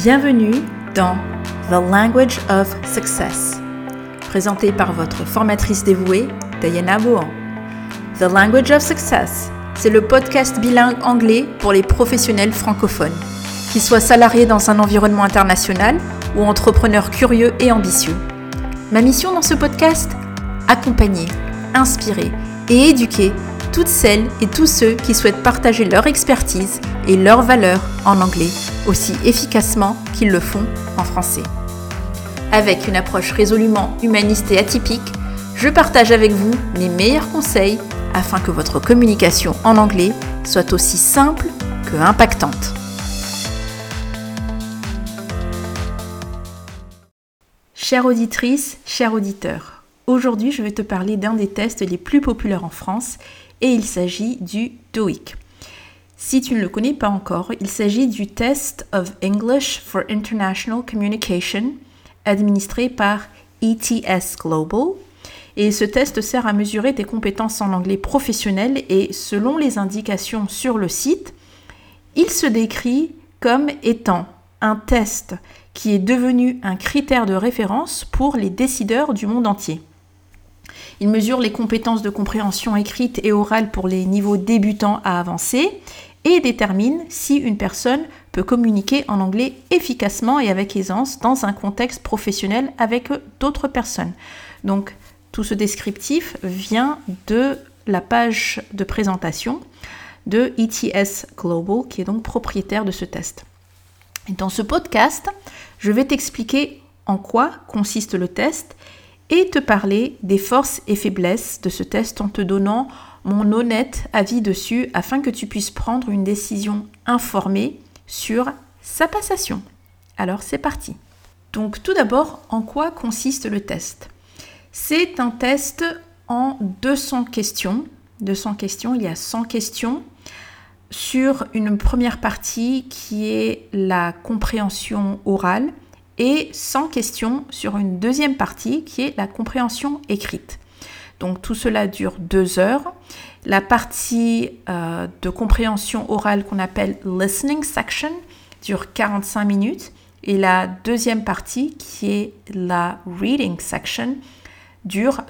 Bienvenue dans The Language of Success, présenté par votre formatrice dévouée, Diana Bohan. The Language of Success, c'est le podcast bilingue anglais pour les professionnels francophones, qu'ils soient salariés dans un environnement international ou entrepreneurs curieux et ambitieux. Ma mission dans ce podcast ? Accompagner, inspirer et éduquer toutes celles et tous ceux qui souhaitent partager leur expertise et leurs valeurs en anglais aussi efficacement qu'ils le font en français. Avec une approche résolument humaniste et atypique, je partage avec vous mes meilleurs conseils afin que votre communication en anglais soit aussi simple que impactante. Chère auditrice, cher auditeur, aujourd'hui je vais te parler d'un des tests les plus populaires en France et il s'agit du TOEIC. Si tu ne le connais pas encore, il s'agit du Test of English for International Communication administré par ETS Global. Et ce test sert à mesurer tes compétences en anglais professionnel et selon les indications sur le site, il se décrit comme étant un test qui est devenu un critère de référence pour les décideurs du monde entier. Il mesure les compétences de compréhension écrite et orale pour les niveaux débutants à avancés et détermine si une personne peut communiquer en anglais efficacement et avec aisance dans un contexte professionnel avec d'autres personnes. Donc, tout ce descriptif vient de la page de présentation de ETS Global, qui est donc propriétaire de ce test. Et dans ce podcast, je vais t'expliquer en quoi consiste le test et te parler des forces et faiblesses de ce test en te donnant mon honnête avis dessus afin que tu puisses prendre une décision informée sur sa passation. Alors c'est parti. Donc tout d'abord, en quoi consiste le test ? C'est un test en 200 questions. 200 questions, il y a 100 questions sur une première partie qui est la compréhension orale et 100 questions sur une deuxième partie qui est la compréhension écrite. Donc tout cela dure 2 heures. La partie de compréhension orale qu'on appelle listening section dure 45 minutes et la deuxième partie qui est la reading section dure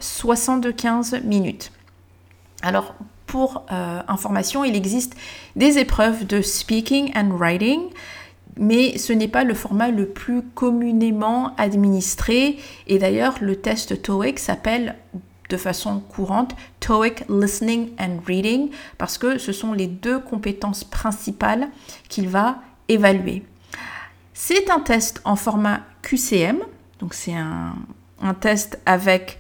75 minutes. Alors pour information, il existe des épreuves de speaking and writing, mais ce n'est pas le format le plus communément administré. Et d'ailleurs, le test TOEIC s'appelle de façon courante TOEIC Listening and Reading parce que ce sont les deux compétences principales qu'il va évaluer. C'est un test en format QCM, donc c'est un test avec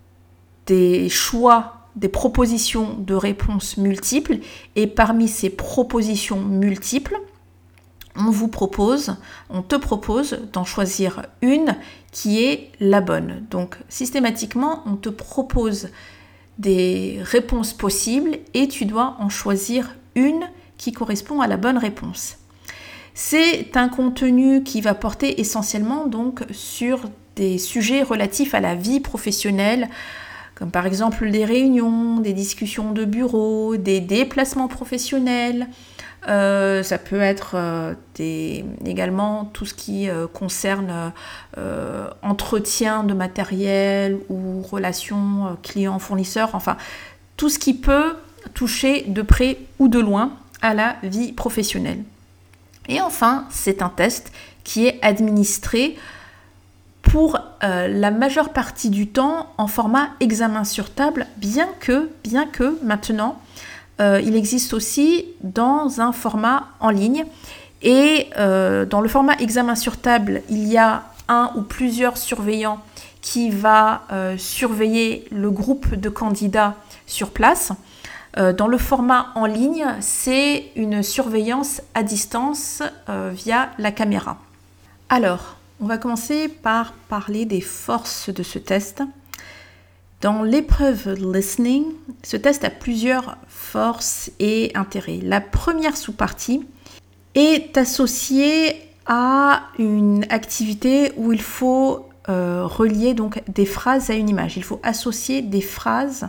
des choix, des propositions de réponses multiples et parmi ces propositions multiples, on te propose d'en choisir une qui est la bonne. Donc, systématiquement, on te propose des réponses possibles et tu dois en choisir une qui correspond à la bonne réponse. C'est un contenu qui va porter essentiellement donc sur des sujets relatifs à la vie professionnelle, comme par exemple des réunions, des discussions de bureau, des déplacements professionnels. Ça peut être également tout ce qui concerne entretien de matériel ou relations clients-fournisseurs, enfin tout ce qui peut toucher de près ou de loin à la vie professionnelle. Et enfin, c'est un test qui est administré pour la majeure partie du temps en format examen sur table, bien que maintenant, il existe aussi dans un format en ligne. Et dans le format examen sur table, il y a un ou plusieurs surveillants qui va surveiller le groupe de candidats sur place. Dans le format en ligne, c'est une surveillance à distance via la caméra. Alors, on va commencer par parler des forces de ce test. Dans l'épreuve listening, ce test a plusieurs forces et intérêts. La première sous-partie est associée à une activité où il faut relier donc des phrases à une image. Il faut associer des phrases,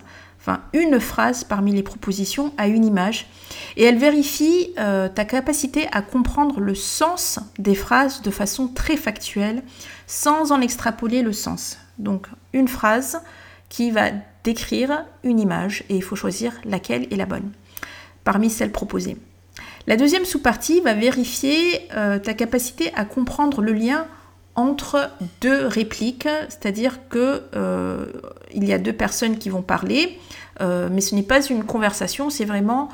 une phrase parmi les propositions a une image et elle vérifie ta capacité à comprendre le sens des phrases de façon très factuelle sans en extrapoler le sens. Donc une phrase qui va décrire une image et il faut choisir laquelle est la bonne parmi celles proposées. La deuxième sous-partie va vérifier ta capacité à comprendre le lien entre deux répliques, c'est-à-dire que il y a deux personnes qui vont parler, mais ce n'est pas une conversation, c'est vraiment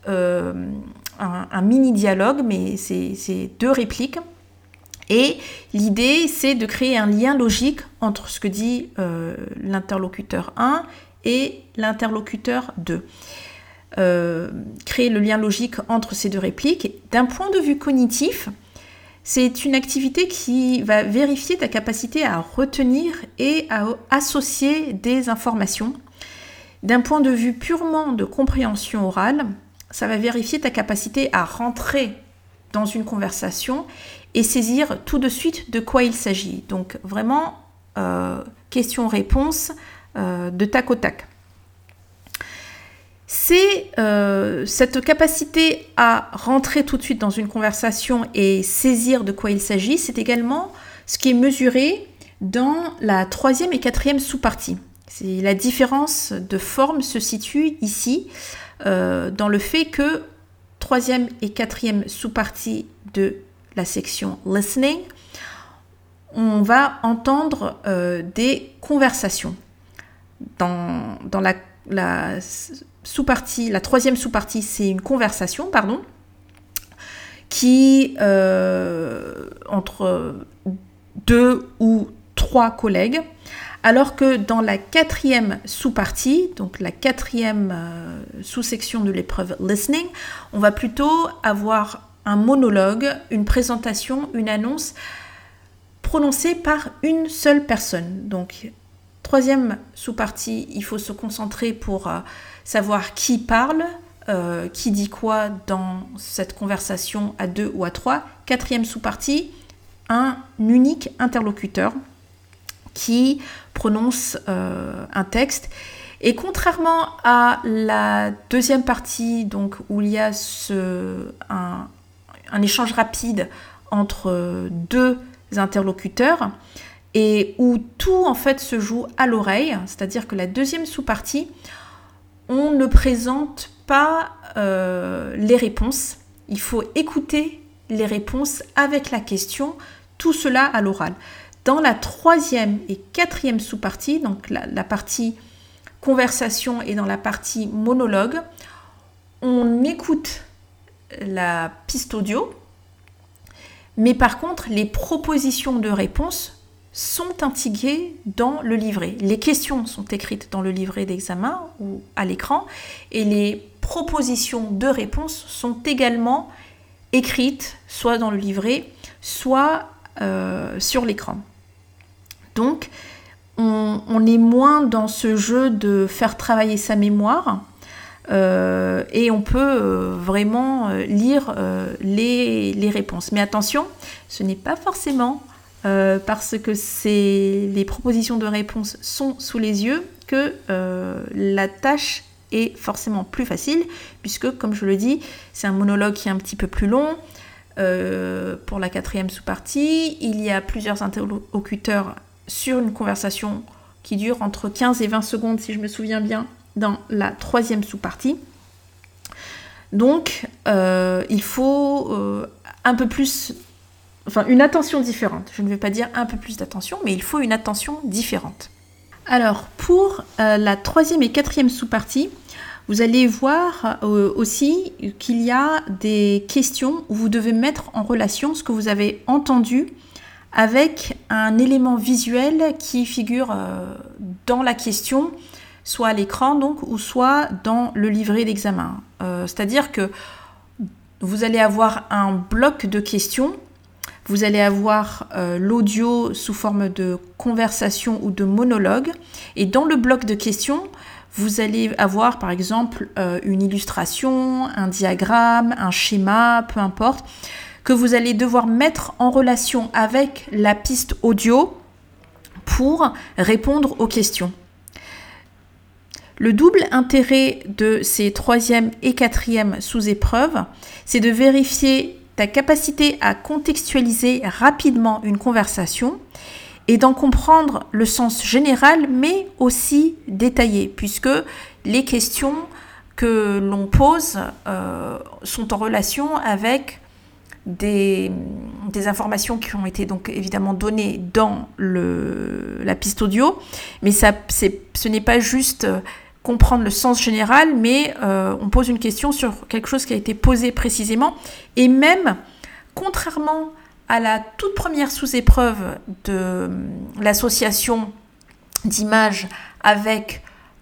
un mini-dialogue, mais c'est deux répliques. Et l'idée, c'est de créer un lien logique entre ce que dit l'interlocuteur 1 et l'interlocuteur 2. Créer le lien logique entre ces deux répliques. D'un point de vue cognitif, c'est une activité qui va vérifier ta capacité à retenir et à associer des informations. D'un point de vue purement de compréhension orale, ça va vérifier ta capacité à rentrer dans une conversation et saisir tout de suite de quoi il s'agit. Donc vraiment, question-réponse de tac au tac. C'est cette capacité à rentrer tout de suite dans une conversation et saisir de quoi il s'agit, c'est également ce qui est mesuré dans la 3e et 4e sous-partie. La différence de forme se situe ici dans le fait que 3e et 4e sous-partie de la section listening, on va entendre des conversations. Dans la sous-partie, la 3e sous-partie, c'est une conversation, qui entre 2 ou 3 collègues, alors que dans la 4e sous-partie, donc la 4e sous-section de l'épreuve listening, on va plutôt avoir un monologue, une présentation, une annonce prononcée par une seule personne. Donc 3e sous-partie, il faut se concentrer pour savoir qui parle, qui dit quoi dans cette conversation à 2 ou à 3. 4e sous-partie, un unique interlocuteur qui prononce un texte. Et contrairement à la 2e partie, donc, où il y a un échange rapide entre deux interlocuteurs, et où tout en fait se joue à l'oreille, c'est-à-dire que la 2e sous-partie, on ne présente pas les réponses, il faut écouter les réponses avec la question, tout cela à l'oral. Dans la 3e et 4e sous-partie, donc la partie conversation et dans la partie monologue, on écoute la piste audio, mais par contre, les propositions de réponse sont intégrées dans le livret. Les questions sont écrites dans le livret d'examen ou à l'écran et les propositions de réponse sont également écrites soit dans le livret, soit sur l'écran. Donc, on est moins dans ce jeu de faire travailler sa mémoire et on peut vraiment lire les réponses. Mais attention, ce n'est pas forcément parce que les propositions de réponse sont sous les yeux que la tâche est forcément plus facile, puisque, comme je le dis, c'est un monologue qui est un petit peu plus long. Pour la 4e sous-partie, il y a plusieurs interlocuteurs sur une conversation qui dure entre 15 et 20 secondes, si je me souviens bien, dans la 3e sous-partie. Donc, il faut un peu plus, une attention différente. Je ne vais pas dire un peu plus d'attention, mais il faut une attention différente. Alors, pour la 3e et 4e sous-partie, vous allez voir aussi qu'il y a des questions où vous devez mettre en relation ce que vous avez entendu avec un élément visuel qui figure dans la question, soit à l'écran donc, ou soit dans le livret d'examen. C'est-à-dire que vous allez avoir un bloc de questions, vous allez avoir l'audio sous forme de conversation ou de monologue, et dans le bloc de questions, vous allez avoir par exemple une illustration, un diagramme, un schéma, peu importe, que vous allez devoir mettre en relation avec la piste audio pour répondre aux questions. Le double intérêt de ces 3e et 4e sous-épreuves, c'est de vérifier ta capacité à contextualiser rapidement une conversation et d'en comprendre le sens général, mais aussi détaillé, puisque les questions que l'on pose sont en relation avec des informations qui ont été donc évidemment données dans la piste audio, mais ce n'est pas juste comprendre le sens général, mais on pose une question sur quelque chose qui a été posé précisément, et même, contrairement à la toute première sous-épreuve de l'association d'images avec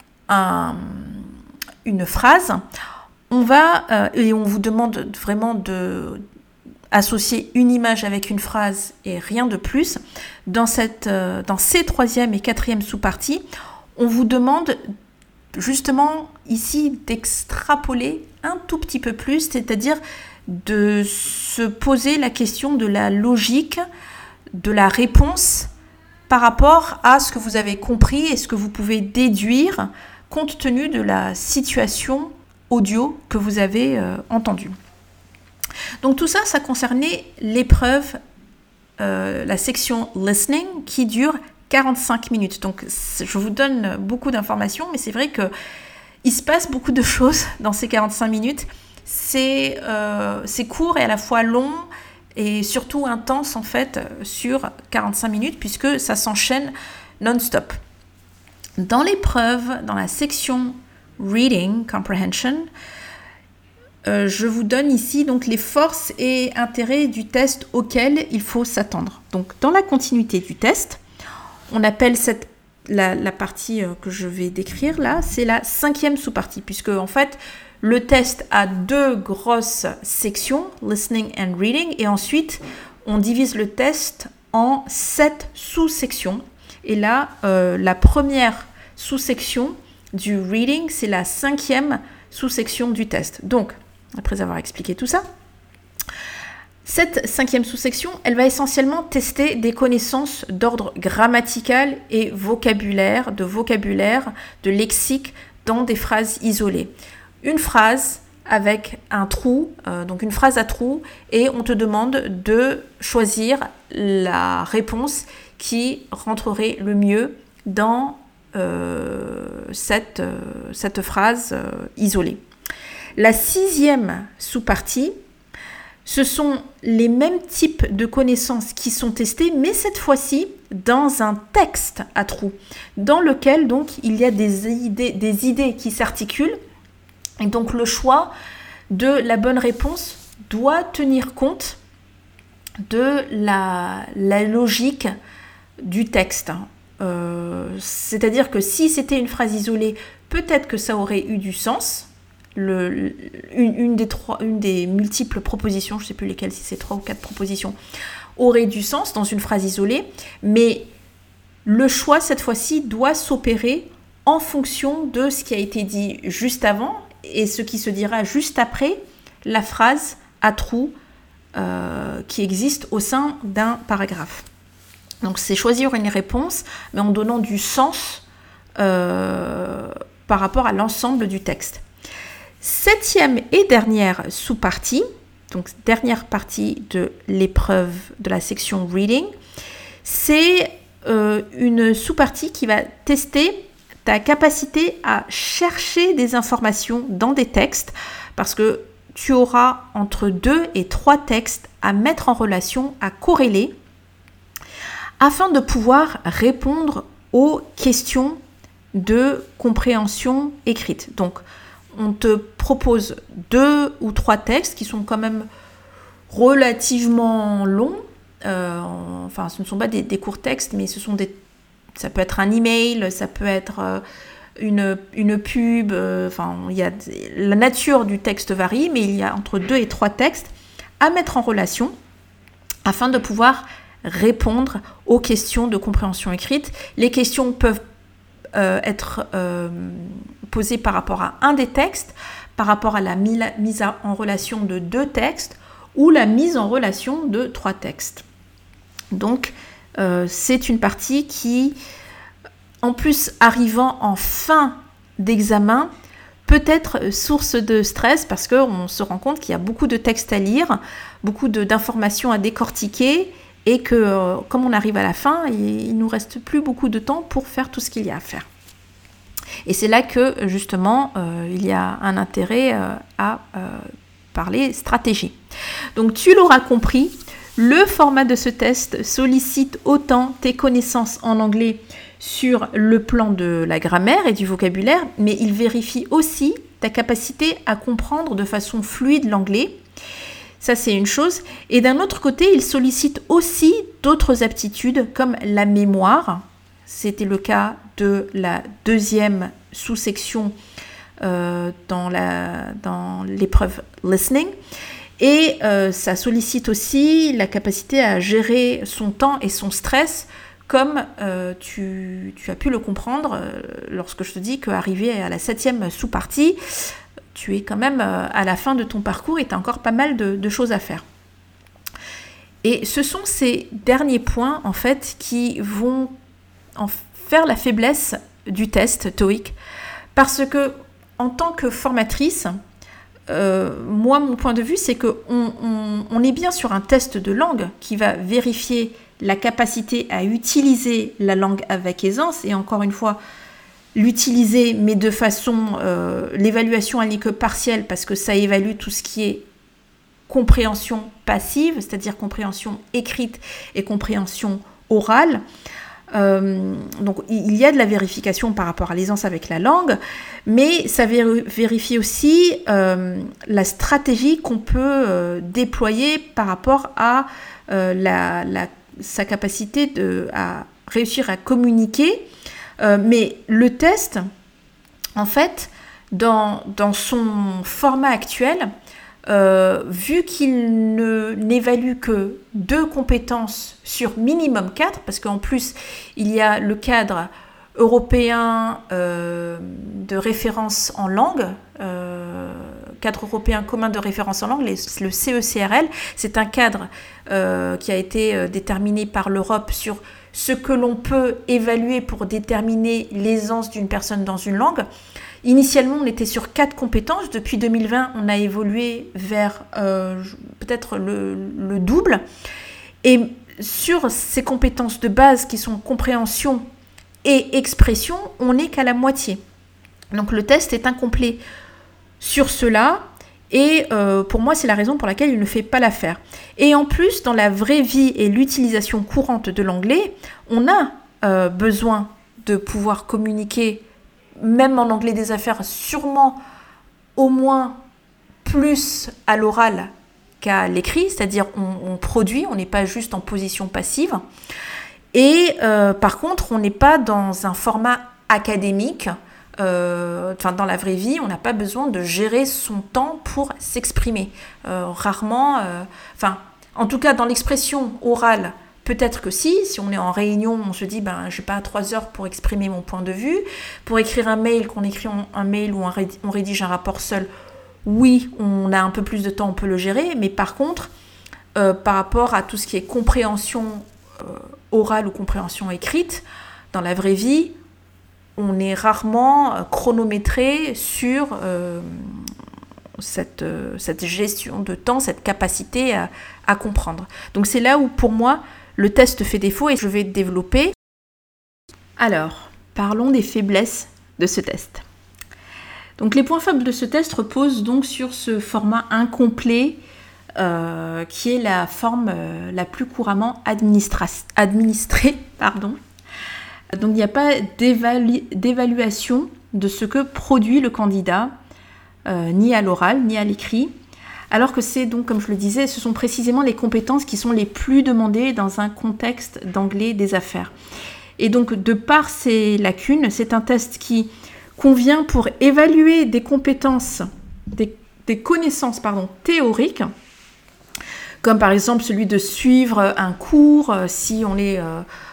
une phrase, et on vous demande vraiment de associer une image avec une phrase et rien de plus. Dans ces 3e et 4e sous-parties, on vous demande justement ici d'extrapoler un tout petit peu plus, c'est-à-dire de se poser la question de la logique de la réponse par rapport à ce que vous avez compris et ce que vous pouvez déduire compte tenu de la situation audio que vous avez entendue. Donc tout ça, ça concernait l'épreuve, la section listening qui dure 45 minutes. Donc je vous donne beaucoup d'informations, mais c'est vrai qu'il se passe beaucoup de choses dans ces 45 minutes. C'est court et à la fois long et surtout intense en fait sur 45 minutes puisque ça s'enchaîne non-stop. Dans l'épreuve, dans la section Reading Comprehension, je vous donne ici donc les forces et intérêts du test auxquels il faut s'attendre. Donc dans la continuité du test, on appelle la partie que je vais décrire là, c'est la 5e sous-partie, puisque en fait le test a 2 grosses sections, listening and reading, et ensuite on divise le test en 7 sous-sections. Et là, la première sous-section du reading, c'est la 5e sous-section du test. Donc, après avoir expliqué tout ça, cette 5e sous-section, elle va essentiellement tester des connaissances d'ordre grammatical et de lexique dans des phrases isolées. Une phrase avec un trou, donc une phrase à trou, et on te demande de choisir la réponse qui rentrerait le mieux dans cette phrase isolée. La 6e sous-partie, ce sont les mêmes types de connaissances qui sont testées, mais cette fois-ci dans un texte à trous, dans lequel donc il y a des idées qui s'articulent, et donc le choix de la bonne réponse doit tenir compte de la logique du texte. C'est-à-dire que si c'était une phrase isolée, peut-être que ça aurait eu du sens. Une des multiples propositions, je ne sais plus lesquelles, si c'est 3 ou 4 propositions, aurait du sens dans une phrase isolée, mais le choix cette fois-ci doit s'opérer en fonction de ce qui a été dit juste avant et ce qui se dira juste après la phrase à trous qui existe au sein d'un paragraphe. Donc c'est choisir une réponse, mais en donnant du sens par rapport à l'ensemble du texte. 7e et dernière sous-partie, donc dernière partie de l'épreuve de la section Reading, c'est une sous-partie qui va tester ta capacité à chercher des informations dans des textes, parce que tu auras entre 2 et 3 textes à mettre en relation, à corréler, afin de pouvoir répondre aux questions de compréhension écrite. Donc, on te propose 2 ou 3 textes qui sont quand même relativement longs. Enfin, ce ne sont pas des courts textes, mais ça peut être un email, ça peut être une pub. La nature du texte varie, mais il y a entre 2 et 3 textes à mettre en relation afin de pouvoir répondre aux questions de compréhension écrite. Les questions peuvent être posées par rapport à un des textes, par rapport à la mise en relation de 2 textes ou la mise en relation de 3 textes. Donc, c'est une partie qui, en plus arrivant en fin d'examen peut être source de stress parce qu'on se rend compte qu'il y a beaucoup de textes à lire, beaucoup d'informations à décortiquer et que comme on arrive à la fin, il ne nous reste plus beaucoup de temps pour faire tout ce qu'il y a à faire. Et c'est là que justement il y a un intérêt à parler stratégie. Donc tu l'auras compris, le format de ce test sollicite autant tes connaissances en anglais sur le plan de la grammaire et du vocabulaire, mais il vérifie aussi ta capacité à comprendre de façon fluide l'anglais. Ça, c'est une chose. Et d'un autre côté, il sollicite aussi d'autres aptitudes comme la mémoire. C'était le cas de la deuxième sous-section dans l'épreuve listening. Et ça sollicite aussi la capacité à gérer son temps et son stress comme tu as pu le comprendre lorsque je te dis qu'arrivé à la 7e sous-partie, tu es quand même à la fin de ton parcours et tu as encore pas mal de choses à faire. Et ce sont ces derniers points en fait qui vont en faire la faiblesse du test TOEIC parce que en tant que formatrice, moi mon point de vue c'est qu'on est bien sur un test de langue qui va vérifier la capacité à utiliser la langue avec aisance et encore une fois l'utiliser mais de façon l'évaluation elle n'est que partielle parce que ça évalue tout ce qui est compréhension passive, c'est-à-dire compréhension écrite et compréhension orale. Donc il y a de la vérification par rapport à l'aisance avec la langue, mais ça vérifie aussi la stratégie qu'on peut déployer par rapport à sa capacité à réussir à communiquer. Mais le test, en fait, dans son format actuel, vu qu'il n'évalue que 2 compétences sur minimum 4, parce qu'en plus, il y a le cadre européen de référence en langue, cadre européen commun de référence en langue, le CECRL, c'est un cadre qui a été déterminé par l'Europe sur ce que l'on peut évaluer pour déterminer l'aisance d'une personne dans une langue. Initialement, on était sur 4 compétences. Depuis 2020, on a évolué vers peut-être le double. Et sur ces compétences de base qui sont compréhension et expression, on n'est qu'à la moitié. Donc le test est incomplet sur cela. Et pour moi, c'est la raison pour laquelle il ne fait pas l'affaire. Et en plus, dans la vraie vie et l'utilisation courante de l'anglais, on a besoin de pouvoir communiquer, même en anglais des affaires, sûrement au moins plus à l'oral qu'à l'écrit, c'est-à-dire on produit, on n'est pas juste en position passive. Et par contre, on n'est pas dans un format académique. Dans la vraie vie, on n'a pas besoin de gérer son temps pour s'exprimer. Rarement, en tout cas dans l'expression orale, peut-être que si on est en réunion, on se dit j'ai pas 3 heures pour exprimer mon point de vue. Pour écrire un mail, qu'on écrit un mail ou on rédige un rapport seul, oui, on a un peu plus de temps, on peut le gérer. Mais par contre, par rapport à tout ce qui est compréhension orale ou compréhension écrite, dans la vraie vie, on est rarement chronométré sur cette gestion de temps, cette capacité à comprendre. Donc c'est là où pour moi le test fait défaut et je vais développer. Alors, parlons des faiblesses de ce test. Donc les points faibles de ce test reposent donc sur ce format incomplet qui est la forme la plus couramment administrée. Donc il n'y a pas d'évaluation de ce que produit le candidat, ni à l'oral, ni à l'écrit, alors que c'est donc, comme je le disais, ce sont précisément les compétences qui sont les plus demandées dans un contexte d'anglais des affaires. Et donc, de par ces lacunes, c'est un test qui convient pour évaluer des compétences, des connaissances théoriques, comme par exemple celui de suivre un cours, si on est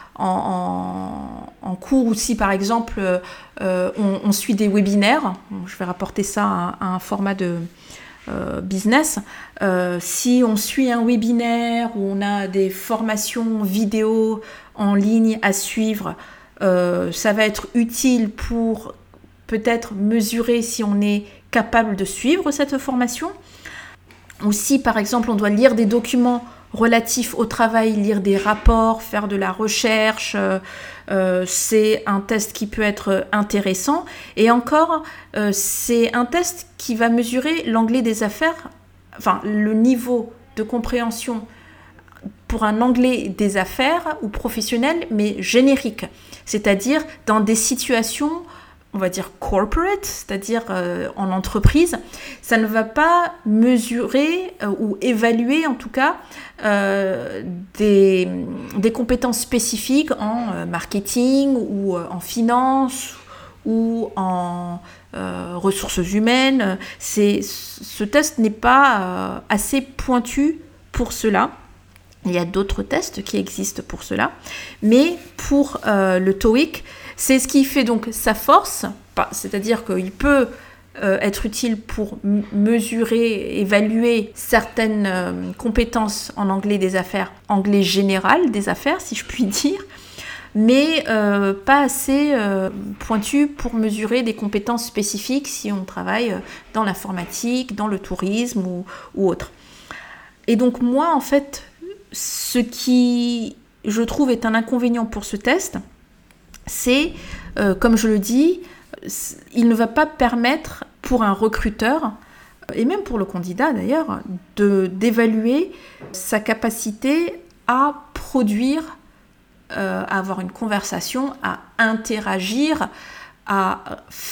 en cours ou si par exemple on suit des webinaires, je vais rapporter ça à un format de business, si on suit un webinaire ou on a des formations vidéo en ligne à suivre, ça va être utile pour peut-être mesurer si on est capable de suivre cette formation, ou si par exemple on doit lire des documents relatifs au travail, lire des rapports, faire de la recherche, c'est un test qui peut être intéressant. Et encore, c'est un test qui va mesurer l'anglais des affaires, enfin le niveau de compréhension pour un anglais des affaires ou professionnel, mais générique. C'est-à-dire dans des situations, on va dire corporate, c'est-à-dire en entreprise, ça ne va pas mesurer ou évaluer en tout cas des compétences spécifiques en marketing ou en finance ou en ressources humaines. Ce test n'est pas assez pointu pour cela. Il y a d'autres tests qui existent pour cela, mais pour le TOEIC, c'est ce qui fait donc sa force, c'est-à-dire qu'il peut être utile pour mesurer, évaluer certaines compétences en anglais des affaires, anglais général des affaires, si je puis dire, mais pas assez pointu pour mesurer des compétences spécifiques si on travaille dans l'informatique, dans le tourisme ou autre. Et donc moi, en fait, ce qui, je trouve, est un inconvénient pour ce test, c'est, comme je le dis, il ne va pas permettre pour un recruteur, et même pour le candidat d'ailleurs, d'évaluer sa capacité à produire, à avoir une conversation, à interagir, à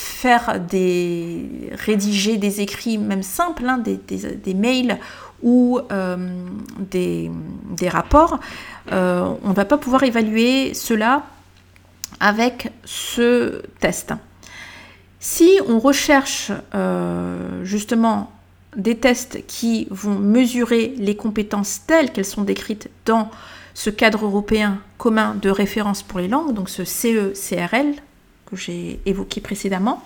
rédiger des écrits, même simples, hein, des mails ou des rapports. On ne va pas pouvoir évaluer cela avec ce test. Si on recherche justement des tests qui vont mesurer les compétences telles qu'elles sont décrites dans ce cadre européen commun de référence pour les langues, donc ce CE-CRL que j'ai évoqué précédemment,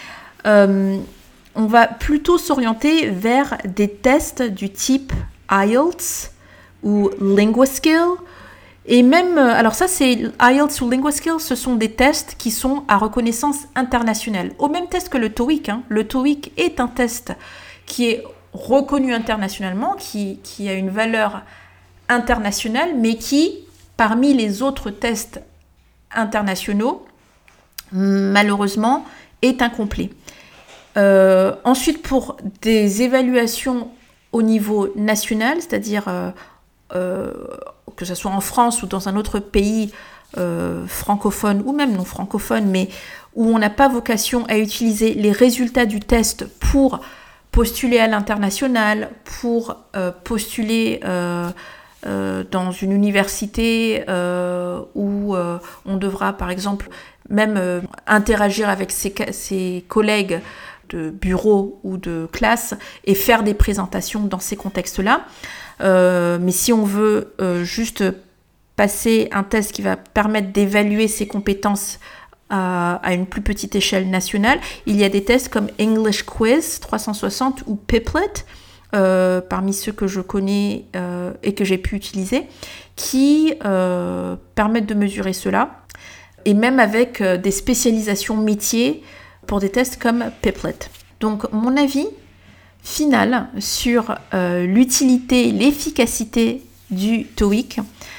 on va plutôt s'orienter vers des tests du type IELTS ou LinguaSkill. Et même, alors ça c'est IELTS ou LinguaSkill, ce sont des tests qui sont à reconnaissance internationale. Au même test que le TOEIC. Le TOEIC est un test qui est reconnu internationalement, qui a une valeur internationale, mais qui, parmi les autres tests internationaux, malheureusement, est incomplet. Ensuite, pour des évaluations au niveau national, c'est-à-dire que ce soit en France ou dans un autre pays francophone ou même non francophone, mais où on n'a pas vocation à utiliser les résultats du test pour postuler à l'international, pour postuler dans une université où on devra par exemple même interagir avec ses collègues de bureau ou de classe et faire des présentations dans ces contextes-là. Mais si on veut juste passer un test qui va permettre d'évaluer ses compétences à une plus petite échelle nationale, il y a des tests comme English Quiz 360 ou Piplet, parmi ceux que je connais et que j'ai pu utiliser, qui permettent de mesurer cela, et même avec des spécialisations métiers pour des tests comme Piplet. Donc mon avis final sur l'utilité, l'efficacité du TOEIC,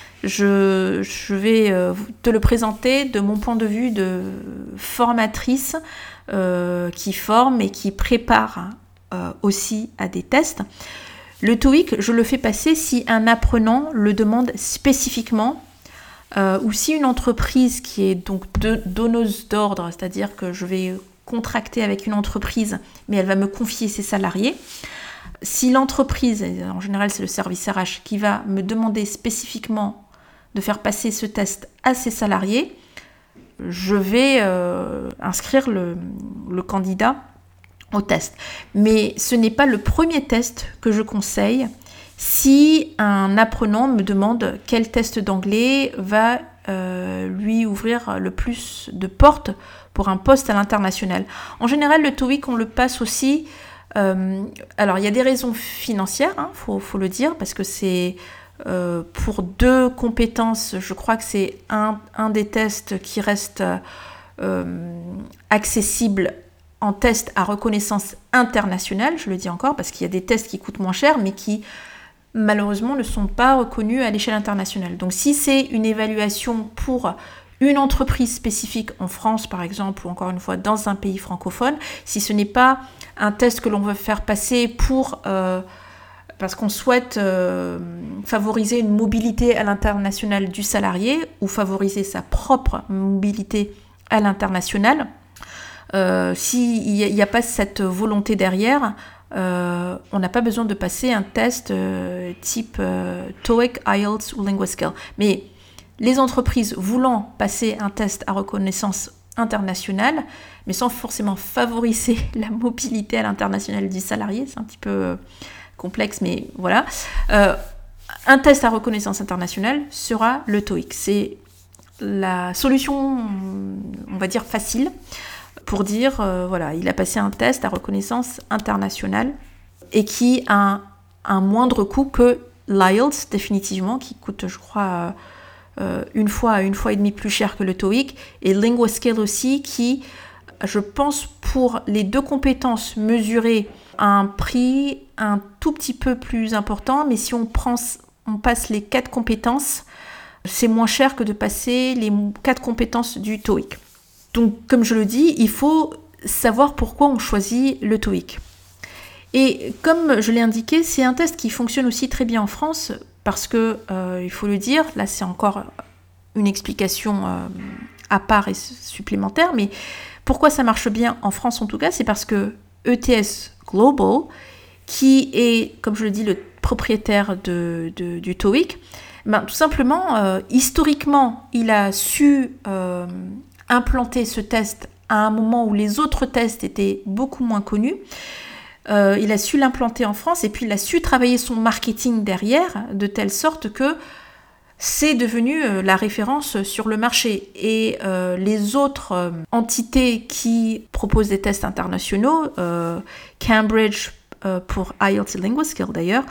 je vais te le présenter de mon point de vue de formatrice qui forme et qui prépare aussi à des tests. Le TOEIC, je le fais passer si un apprenant le demande spécifiquement ou si une entreprise qui est donc donneuse d'ordre, c'est-à-dire que je vais contracter avec une entreprise, mais elle va me confier ses salariés. Si l'entreprise, en général c'est le service RH, qui va me demander spécifiquement de faire passer ce test à ses salariés, je vais inscrire le candidat au test. Mais ce n'est pas le premier test que je conseille si un apprenant me demande quel test d'anglais va lui ouvrir le plus de portes pour un poste à l'international. En général, le TOEIC, on le passe aussi. Alors, il y a des raisons financières, faut le dire, parce que c'est pour 2 compétences, je crois que c'est un des tests qui reste accessible en test à reconnaissance internationale, je le dis encore, parce qu'il y a des tests qui coûtent moins cher, mais qui malheureusement ne sont pas reconnus à l'échelle internationale. Donc si c'est une évaluation pour une entreprise spécifique en France, par exemple, ou encore une fois dans un pays francophone, si ce n'est pas un test que l'on veut faire passer parce qu'on souhaite favoriser une mobilité à l'international du salarié ou favoriser sa propre mobilité à l'international, s'il n'y a pas cette volonté derrière, on n'a pas besoin de passer un test type TOEIC, IELTS ou LinguaScale. Mais les entreprises voulant passer un test à reconnaissance internationale, mais sans forcément favoriser la mobilité à l'international du salarié, c'est un petit peu complexe, mais voilà. Un test à reconnaissance internationale sera le TOEIC. C'est la solution, on va dire, facile pour dire, voilà, il a passé un test à reconnaissance internationale et qui a un moindre coût que l'IELTS, définitivement, qui coûte, je crois, une fois et demie plus cher que le TOEIC, et LinguaScale aussi, qui, je pense, pour les deux compétences mesurées, a un prix un tout petit peu plus important, mais si on passe les 4 compétences, c'est moins cher que de passer les 4 compétences du TOEIC. Donc, comme je le dis, il faut savoir pourquoi on choisit le TOEIC. Et comme je l'ai indiqué, c'est un test qui fonctionne aussi très bien en France, parce que, il faut le dire, là c'est encore une explication à part et supplémentaire, mais pourquoi ça marche bien en France en tout cas, c'est parce que ETS Global, qui est, comme je le dis, le propriétaire du TOEIC, tout simplement, historiquement, il a su implanter ce test à un moment où les autres tests étaient beaucoup moins connus. Il a su l'implanter en France et puis il a su travailler son marketing derrière de telle sorte que c'est devenu la référence sur le marché. Et les autres entités qui proposent des tests internationaux, Cambridge pour IELTS et LinguaScale d'ailleurs,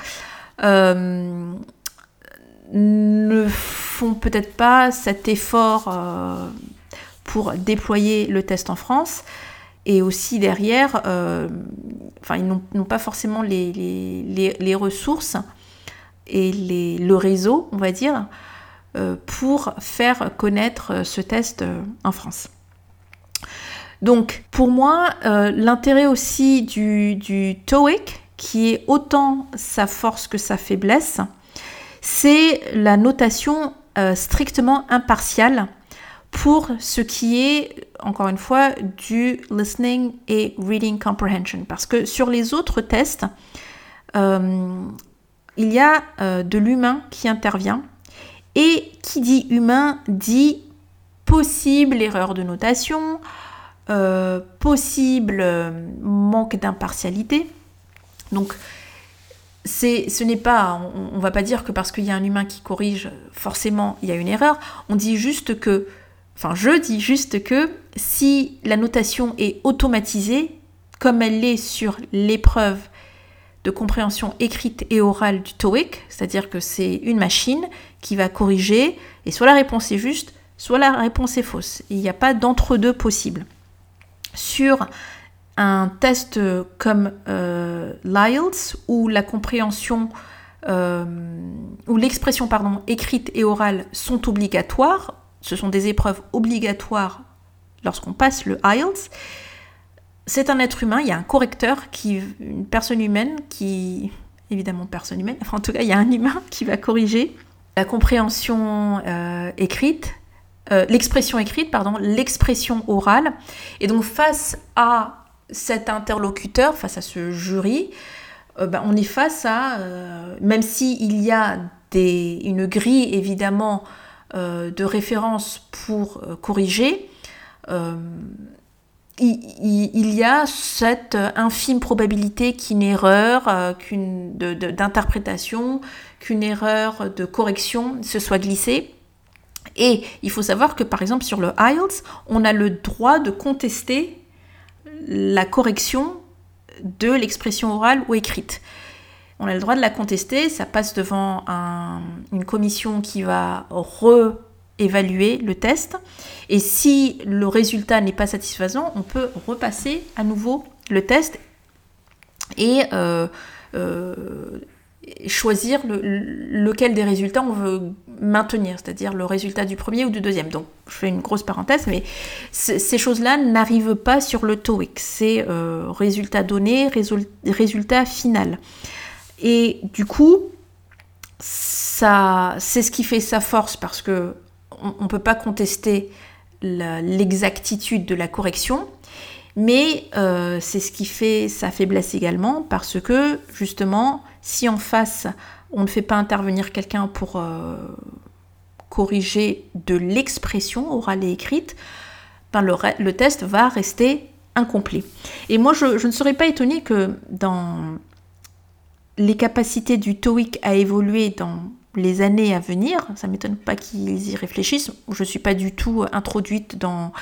ne font peut-être pas cet effort pour déployer le test en France. Et aussi derrière, ils n'ont pas forcément les ressources et le réseau, on va dire, pour faire connaître ce test en France. Donc, pour moi, l'intérêt aussi du TOEIC, qui est autant sa force que sa faiblesse, c'est la notation strictement impartiale pour ce qui est, encore une fois, du listening et reading comprehension. Parce que sur les autres tests, il y a de l'humain qui intervient. Et qui dit humain dit possible erreur de notation, possible manque d'impartialité. Donc, ce n'est pas, on ne va pas dire que parce qu'il y a un humain qui corrige, forcément, il y a une erreur. Je dis juste que si la notation est automatisée, comme elle l'est sur l'épreuve de compréhension écrite et orale du TOEIC, c'est-à-dire que c'est une machine qui va corriger, et soit la réponse est juste, soit la réponse est fausse. Il n'y a pas d'entre-deux possible. Sur un test comme l'IELTS, où la compréhension, où l'expression écrite et orale sont obligatoires, ce sont des épreuves obligatoires lorsqu'on passe le IELTS, c'est un être humain, il y a un correcteur, une personne humaine en tout cas il y a un humain qui va corriger la compréhension écrite, l'expression écrite, l'expression orale. Et donc face à cet interlocuteur, face à ce jury, on est face à, même s'il y a une grille évidemment de référence pour corriger, il y a cette infime probabilité qu'une erreur d'interprétation, qu'une erreur de correction se soit glissée. Et il faut savoir que par exemple sur le IELTS, on a le droit de contester la correction de l'expression orale ou écrite. On a le droit de la contester, ça passe devant une commission qui va évaluer le test. Et si le résultat n'est pas satisfaisant, on peut repasser à nouveau le test et choisir lequel des résultats on veut maintenir, c'est-à-dire le résultat du premier ou du deuxième. Donc, je fais une grosse parenthèse, mais ces choses-là n'arrivent pas sur le TOEIC. C'est résultat donné, résultat final. Et du coup, ça, c'est ce qui fait sa force, parce que on ne peut pas contester l'exactitude de la correction, mais c'est ce qui fait sa faiblesse également, parce que justement, si en face, on ne fait pas intervenir quelqu'un pour corriger de l'expression orale et écrite, ben le test va rester incomplet. Et moi, je ne serais pas étonnée que dans les capacités du TOEIC à évoluer dans les années à venir, ça ne m'étonne pas qu'ils y réfléchissent. Je ne suis pas du tout introduite dans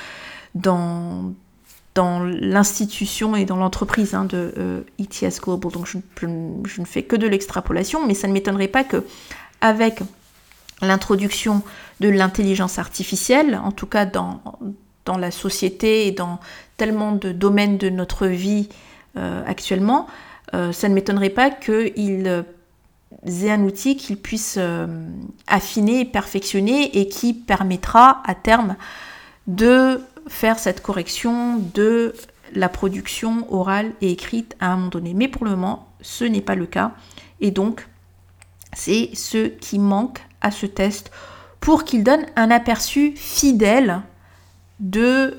l'institution et dans l'entreprise de ETS Global, donc je ne fais que de l'extrapolation, mais ça ne m'étonnerait pas qu'avec l'introduction de l'intelligence artificielle, en tout cas dans la société et dans tellement de domaines de notre vie actuellement, ça ne m'étonnerait pas qu'ils aient un outil qu'ils puissent affiner et perfectionner et qui permettra à terme de faire cette correction de la production orale et écrite à un moment donné. Mais pour le moment, ce n'est pas le cas. Et donc, c'est ce qui manque à ce test pour qu'il donne un aperçu fidèle du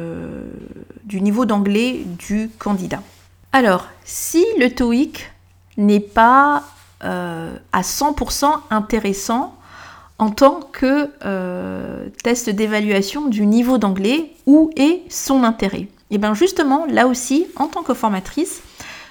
niveau d'anglais du candidat. Alors, si le TOEIC n'est pas à 100% intéressant en tant que test d'évaluation du niveau d'anglais, où est son intérêt? Et bien justement, là aussi, en tant que formatrice,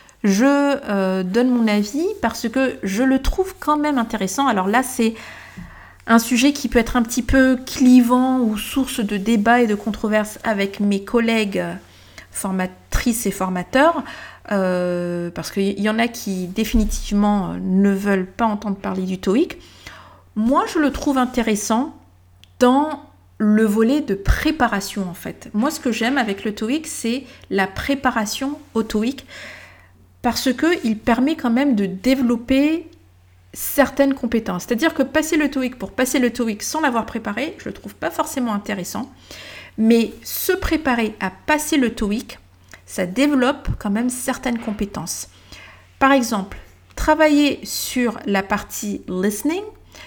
je donne mon avis parce que je le trouve quand même intéressant. Alors là, c'est un sujet qui peut être un petit peu clivant ou source de débat et de controverse avec mes collègues formatrices et formateurs, parce qu'il y en a qui définitivement ne veulent pas entendre parler du TOEIC. Moi, je le trouve intéressant dans le volet de préparation, en fait. Moi, ce que j'aime avec le TOEIC, c'est la préparation au TOEIC, parce qu'il permet quand même de développer certaines compétences. C'est-à-dire que passer le TOEIC pour passer le TOEIC sans l'avoir préparé, je ne le trouve pas forcément intéressant. Mais se préparer à passer le TOEIC, ça développe quand même certaines compétences. Par exemple, travailler sur la partie listening,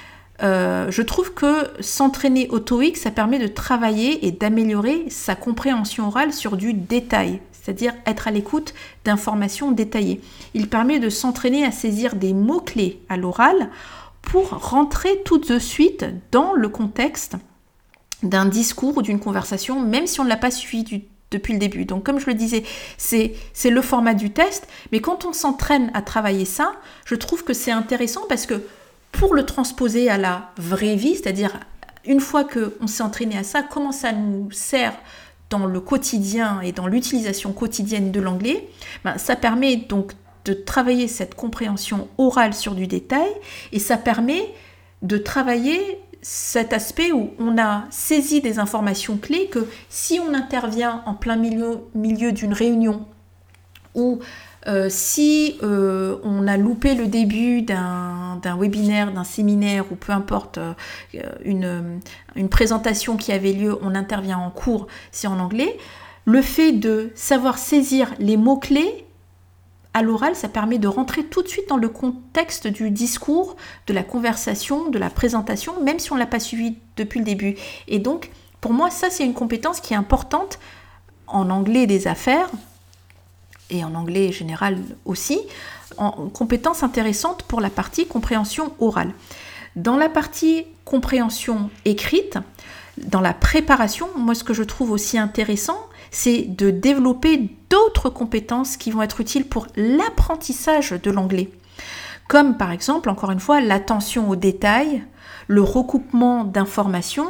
je trouve que s'entraîner au TOEIC, ça permet de travailler et d'améliorer sa compréhension orale sur du détail, c'est-à-dire être à l'écoute d'informations détaillées. Il permet de s'entraîner à saisir des mots-clés à l'oral pour rentrer tout de suite dans le contexte d'un discours ou d'une conversation, même si on ne l'a pas suivi depuis le début. Donc comme je le disais, c'est le format du test, mais quand on s'entraîne à travailler ça, je trouve que c'est intéressant parce que pour le transposer à la vraie vie, c'est-à-dire une fois qu'on s'est entraîné à ça, comment ça nous sert dans le quotidien et dans l'utilisation quotidienne de l'anglais, ça permet donc de travailler cette compréhension orale sur du détail et ça permet de travailler cet aspect où on a saisi des informations clés que si on intervient en plein milieu d'une réunion ou si on a loupé le début d'un webinaire, d'un séminaire ou peu importe, une présentation qui avait lieu, on intervient en cours, c'est en anglais, le fait de savoir saisir les mots-clés à l'oral, ça permet de rentrer tout de suite dans le contexte du discours, de la conversation, de la présentation, même si on ne l'a pas suivi depuis le début. Et donc, pour moi, ça, c'est une compétence qui est importante en anglais des affaires, et en anglais général aussi, en compétence intéressante pour la partie compréhension orale. Dans la partie compréhension écrite, dans la préparation, moi ce que je trouve aussi intéressant, c'est de développer d'autres compétences qui vont être utiles pour l'apprentissage de l'anglais. Comme par exemple, encore une fois, l'attention aux détails, le recoupement d'informations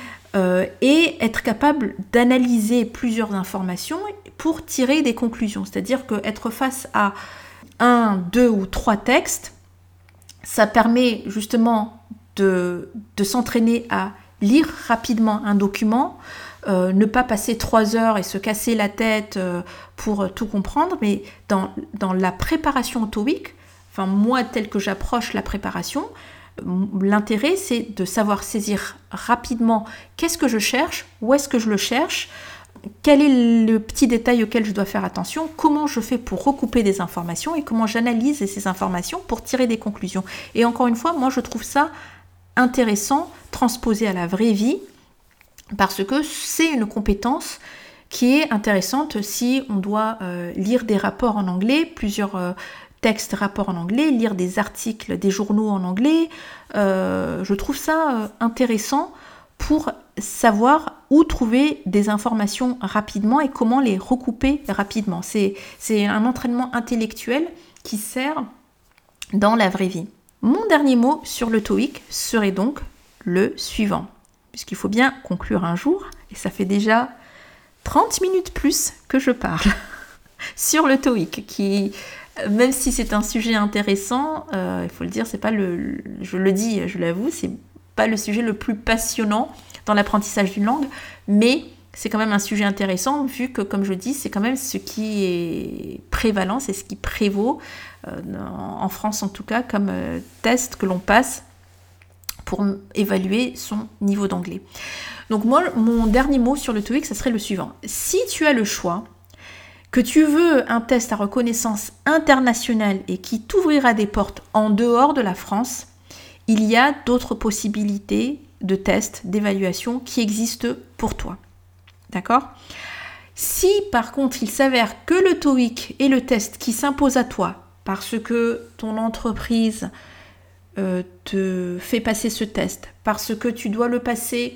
et être capable d'analyser plusieurs informations pour tirer des conclusions. C'est-à-dire qu'être face à 1, 2 ou 3 textes, ça permet justement de s'entraîner à lire rapidement un document, ne pas passer 3 heures et se casser la tête pour tout comprendre, mais dans la préparation au TOEIC, enfin moi tel que j'approche la préparation, l'intérêt c'est de savoir saisir rapidement qu'est-ce que je cherche, où est-ce que je le cherche, quel est le petit détail auquel je dois faire attention, comment je fais pour recouper des informations et comment j'analyse ces informations pour tirer des conclusions. Et encore une fois, moi je trouve ça intéressant, transposé à la vraie vie, parce que c'est une compétence qui est intéressante si on doit lire des rapports en anglais, plusieurs textes, rapports en anglais, lire des articles, des journaux en anglais. Je trouve ça intéressant pour savoir où trouver des informations rapidement et comment les recouper rapidement. C'est un entraînement intellectuel qui sert dans la vraie vie. Mon dernier mot sur le TOEIC serait donc le suivant, puisqu'il faut bien conclure un jour, et ça fait déjà 30 minutes plus que je parle sur le TOEIC, qui, même si c'est un sujet intéressant, il faut le dire, c'est pas je le dis, je l'avoue, c'est pas le sujet le plus passionnant dans l'apprentissage d'une langue, mais c'est quand même un sujet intéressant vu que, comme je dis, c'est quand même ce qui est prévalent, c'est ce qui prévaut, en France en tout cas, comme test que l'on passe pour évaluer son niveau d'anglais. Donc moi, mon dernier mot sur le TOEIC, ça serait le suivant. Si tu as le choix, que tu veux un test à reconnaissance internationale et qui t'ouvrira des portes en dehors de la France, il y a d'autres possibilités de tests, d'évaluation qui existent pour toi. D'accord ? Si par contre il s'avère que le TOEIC est le test qui s'impose à toi parce que ton entreprise te fait passer ce test, parce que tu dois le passer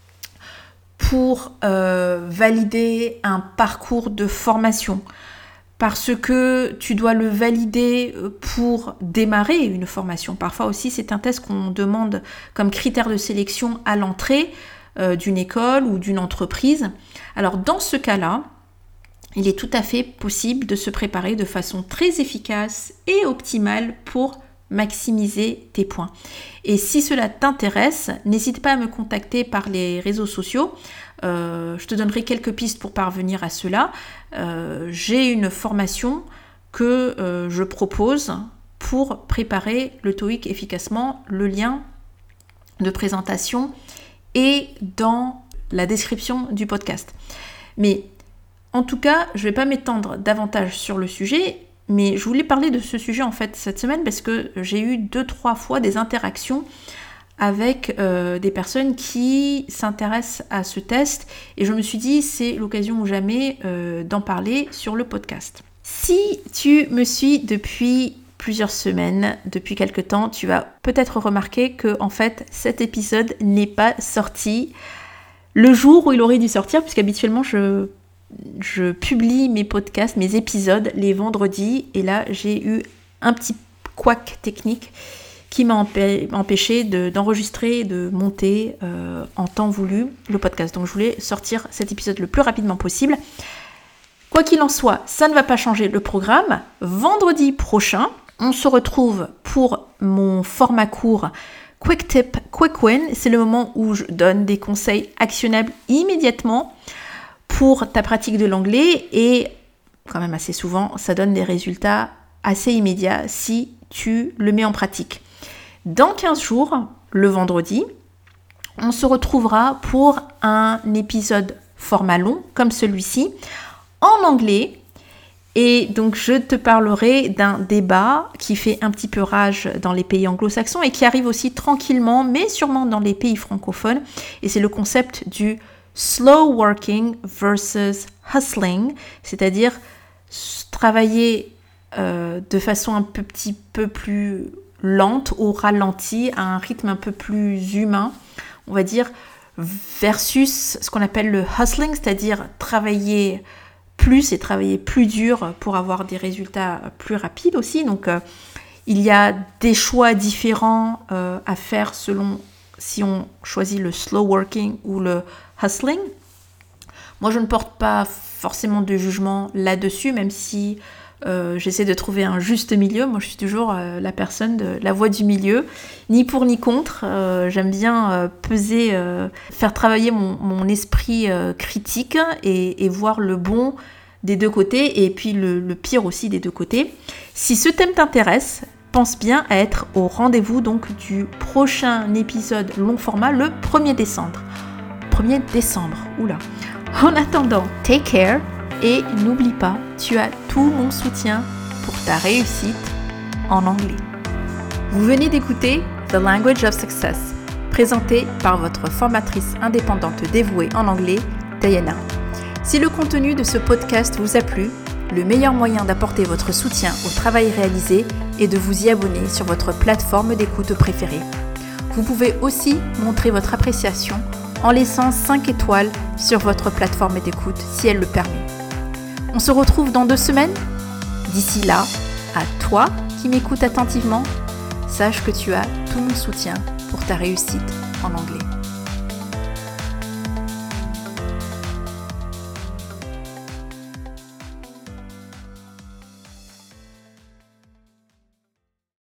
pour valider un parcours de formation, parce que tu dois le valider pour démarrer une formation. Parfois aussi, c'est un test qu'on demande comme critère de sélection à l'entrée d'une école ou d'une entreprise. Alors dans ce cas-là, il est tout à fait possible de se préparer de façon très efficace et optimale pour maximiser tes points. Et si cela t'intéresse, n'hésite pas à me contacter par les réseaux sociaux. Je te donnerai quelques pistes pour parvenir à cela. J'ai une formation que je propose pour préparer le TOEIC efficacement. Le lien de présentation est dans la description du podcast. Mais en tout cas, je ne vais pas m'étendre davantage sur le sujet, mais je voulais parler de ce sujet en fait cette semaine parce que j'ai eu 2-3 fois des interactions avec des personnes qui s'intéressent à ce test et je me suis dit c'est l'occasion ou jamais d'en parler sur le podcast. Si tu me suis depuis plusieurs semaines, depuis quelque temps, tu vas peut-être remarquer que en fait cet épisode n'est pas sorti le jour où il aurait dû sortir, puisqu'habituellement je publie mes podcasts, mes épisodes les vendredis, et là j'ai eu un petit couac technique qui m'a empêché d'enregistrer et de monter en temps voulu le podcast. Donc je voulais sortir cet épisode le plus rapidement possible. Quoi qu'il en soit, ça ne va pas changer le programme. Vendredi prochain, on se retrouve pour mon format court Quick Tip, Quick Win. C'est le moment où je donne des conseils actionnables immédiatement pour ta pratique de l'anglais et quand même assez souvent, ça donne des résultats assez immédiats si tu le mets en pratique. Dans 15 jours, le vendredi, on se retrouvera pour un épisode format long comme celui-ci en anglais. Et donc je te parlerai d'un débat qui fait un petit peu rage dans les pays anglo-saxons et qui arrive aussi tranquillement, mais sûrement dans les pays francophones. Et c'est le concept du slow working versus hustling, c'est-à-dire travailler de façon un petit peu plus lente, au ralenti, à un rythme un peu plus humain, on va dire, versus ce qu'on appelle le hustling, c'est-à-dire travailler plus et travailler plus dur pour avoir des résultats plus rapides aussi. Donc il y a des choix différents à faire selon si on choisit le slow working ou le hustling. Moi je ne porte pas forcément de jugement là-dessus, même si J'essaie de trouver un juste milieu. Moi, je suis toujours la personne de la voie du milieu, ni pour ni contre. J'aime bien peser, faire travailler mon esprit critique et voir le bon des deux côtés et puis le pire aussi des deux côtés. Si ce thème t'intéresse, pense bien à être au rendez-vous donc du prochain épisode long format le 1er décembre. 1er décembre, oula. En attendant, take care et n'oublie pas, tu as tout mon soutien pour ta réussite en anglais. Vous venez d'écouter The Language of Success, présenté par votre formatrice indépendante dévouée en anglais, Diana. Si le contenu de ce podcast vous a plu, le meilleur moyen d'apporter votre soutien au travail réalisé est de vous y abonner sur votre plateforme d'écoute préférée. Vous pouvez aussi montrer votre appréciation en laissant 5 étoiles sur votre plateforme d'écoute si elle le permet. On se retrouve dans 2 semaines. D'ici là, à toi qui m'écoutes attentivement, sache que tu as tout mon soutien pour ta réussite en anglais.